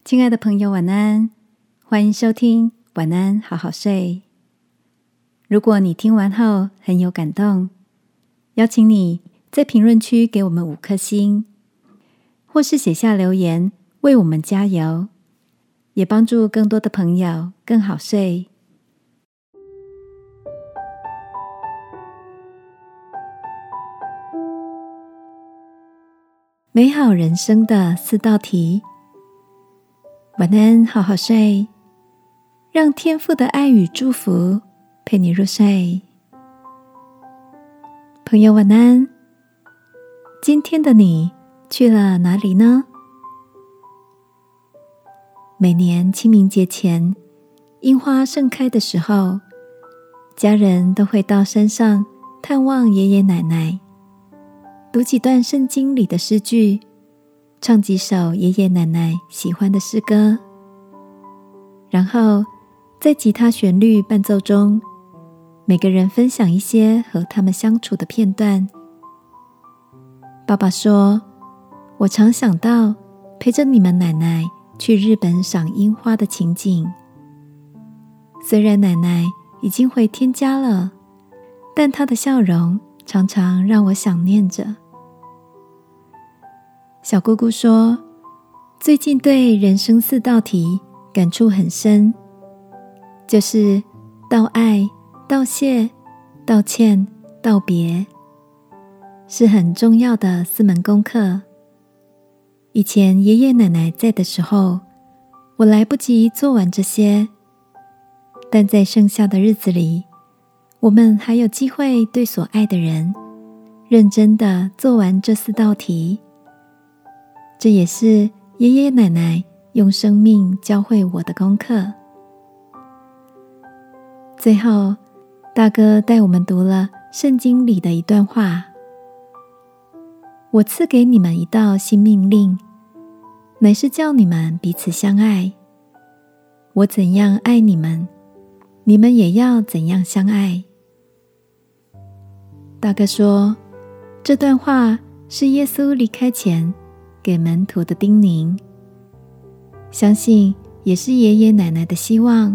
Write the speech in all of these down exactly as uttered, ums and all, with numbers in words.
亲爱的朋友，晚安，欢迎收听晚安好好睡。如果你听完后很有感动，邀请你在评论区给我们五颗星，或是写下留言为我们加油，也帮助更多的朋友更好睡。美好人生的四道题。晚安好好睡，让天父的爱与祝福陪你入睡。朋友晚安，今天的你去了哪里呢？每年清明节前，樱花盛开的时候，家人都会到山上探望爷爷奶奶，读几段圣经里的诗句，唱几首爷爷奶奶喜欢的诗歌，然后在吉他旋律伴奏中，每个人分享一些和他们相处的片段。爸爸说，我常想到陪着你们奶奶去日本赏樱花的情景。虽然奶奶已经回天家了，但她的笑容常常让我想念着。小姑姑说，最近对人生四道题感触很深，就是道爱、道谢、道歉、道别，是很重要的四门功课。以前爷爷奶奶在的时候，我来不及做完这些，但在剩下的日子里，我们还有机会对所爱的人认真地做完这四道题。这也是爷爷奶奶用生命教会我的功课。最后，大哥带我们读了圣经里的一段话：我赐给你们一道新命令，乃是叫你们彼此相爱。我怎样爱你们，你们也要怎样相爱。大哥说，这段话是耶稣离开前给门徒的叮咛，相信也是爷爷奶奶的希望。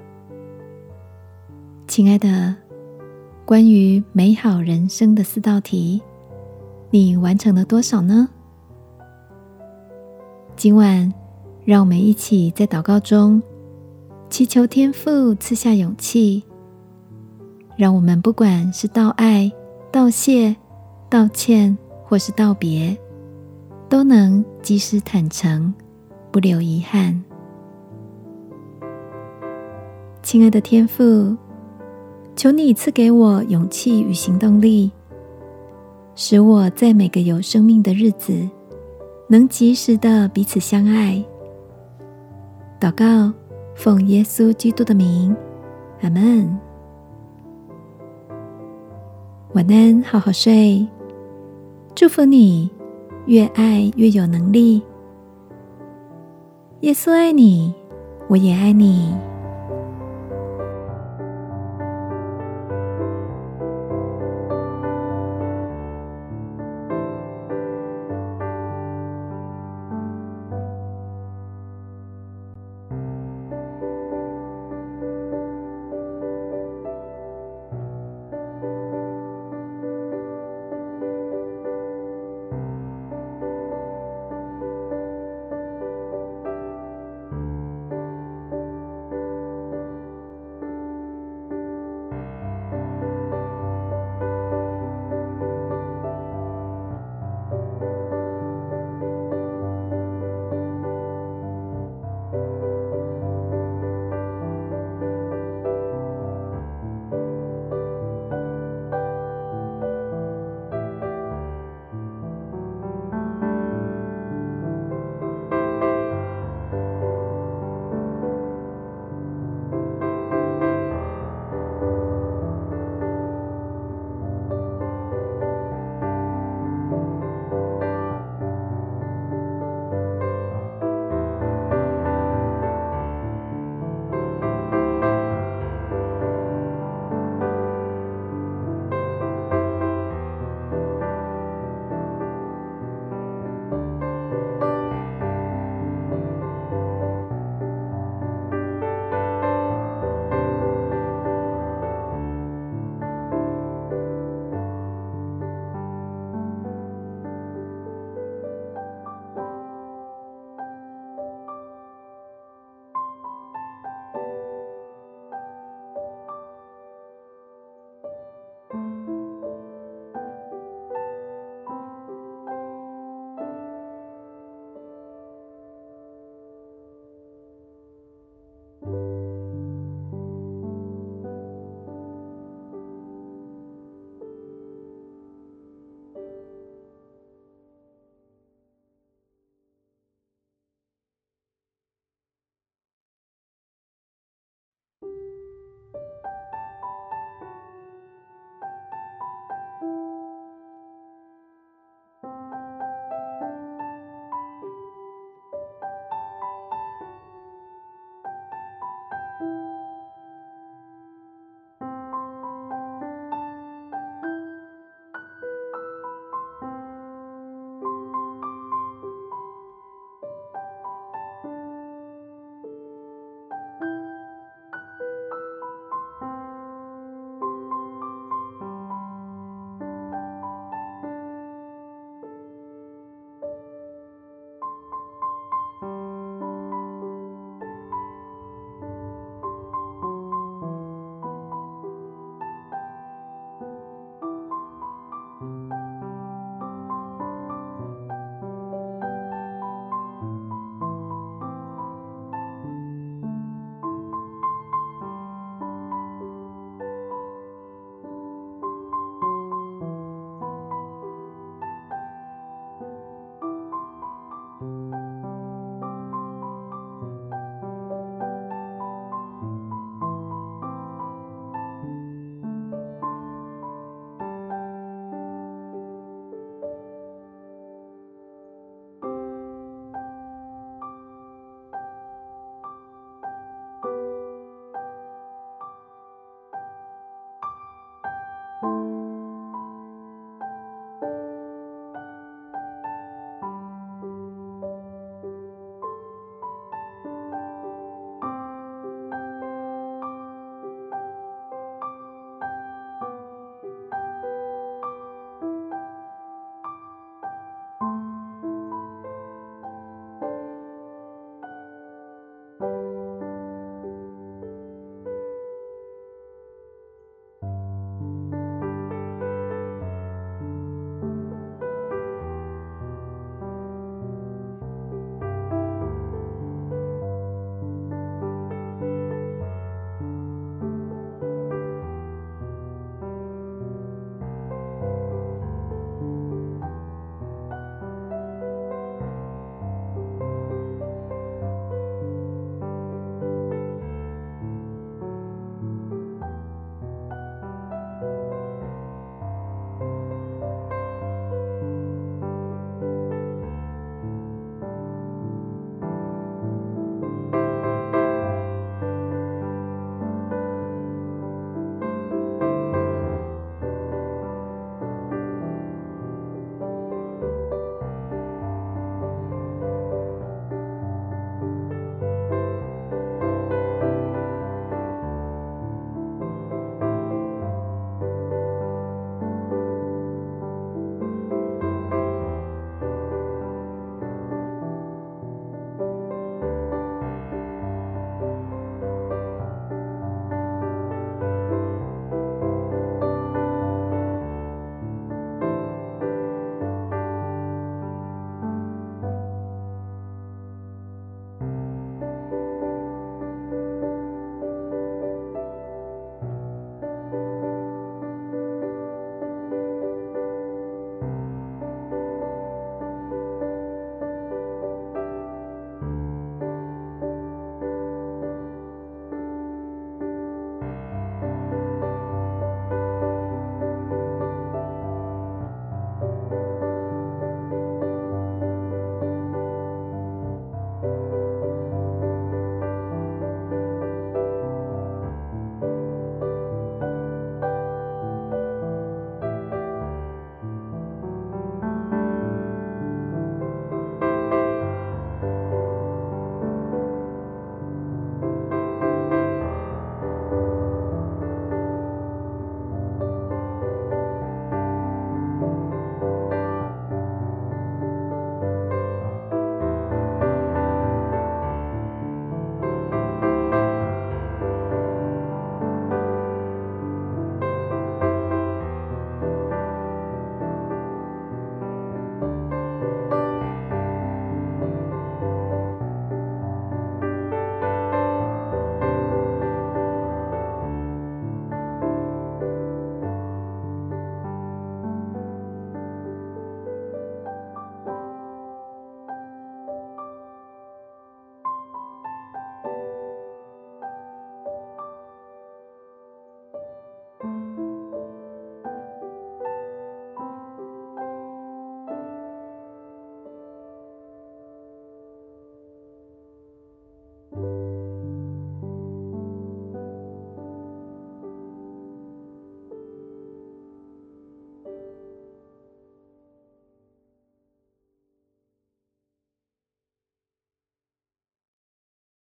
亲爱的，关于美好人生的四道题，你完成了多少呢？今晚，让我们一起在祷告中祈求天父赐下勇气，让我们不管是道爱、道谢、道歉或是道别，都能及时坦诚，不留遗憾。亲爱的天父，求你赐给我勇气与行动力，使我在每个有生命的日子能及时的彼此相爱。祷告，奉耶稣基督的名，阿们。晚安，好好睡。祝福你越爱越有能力。耶稣爱你，我也爱你。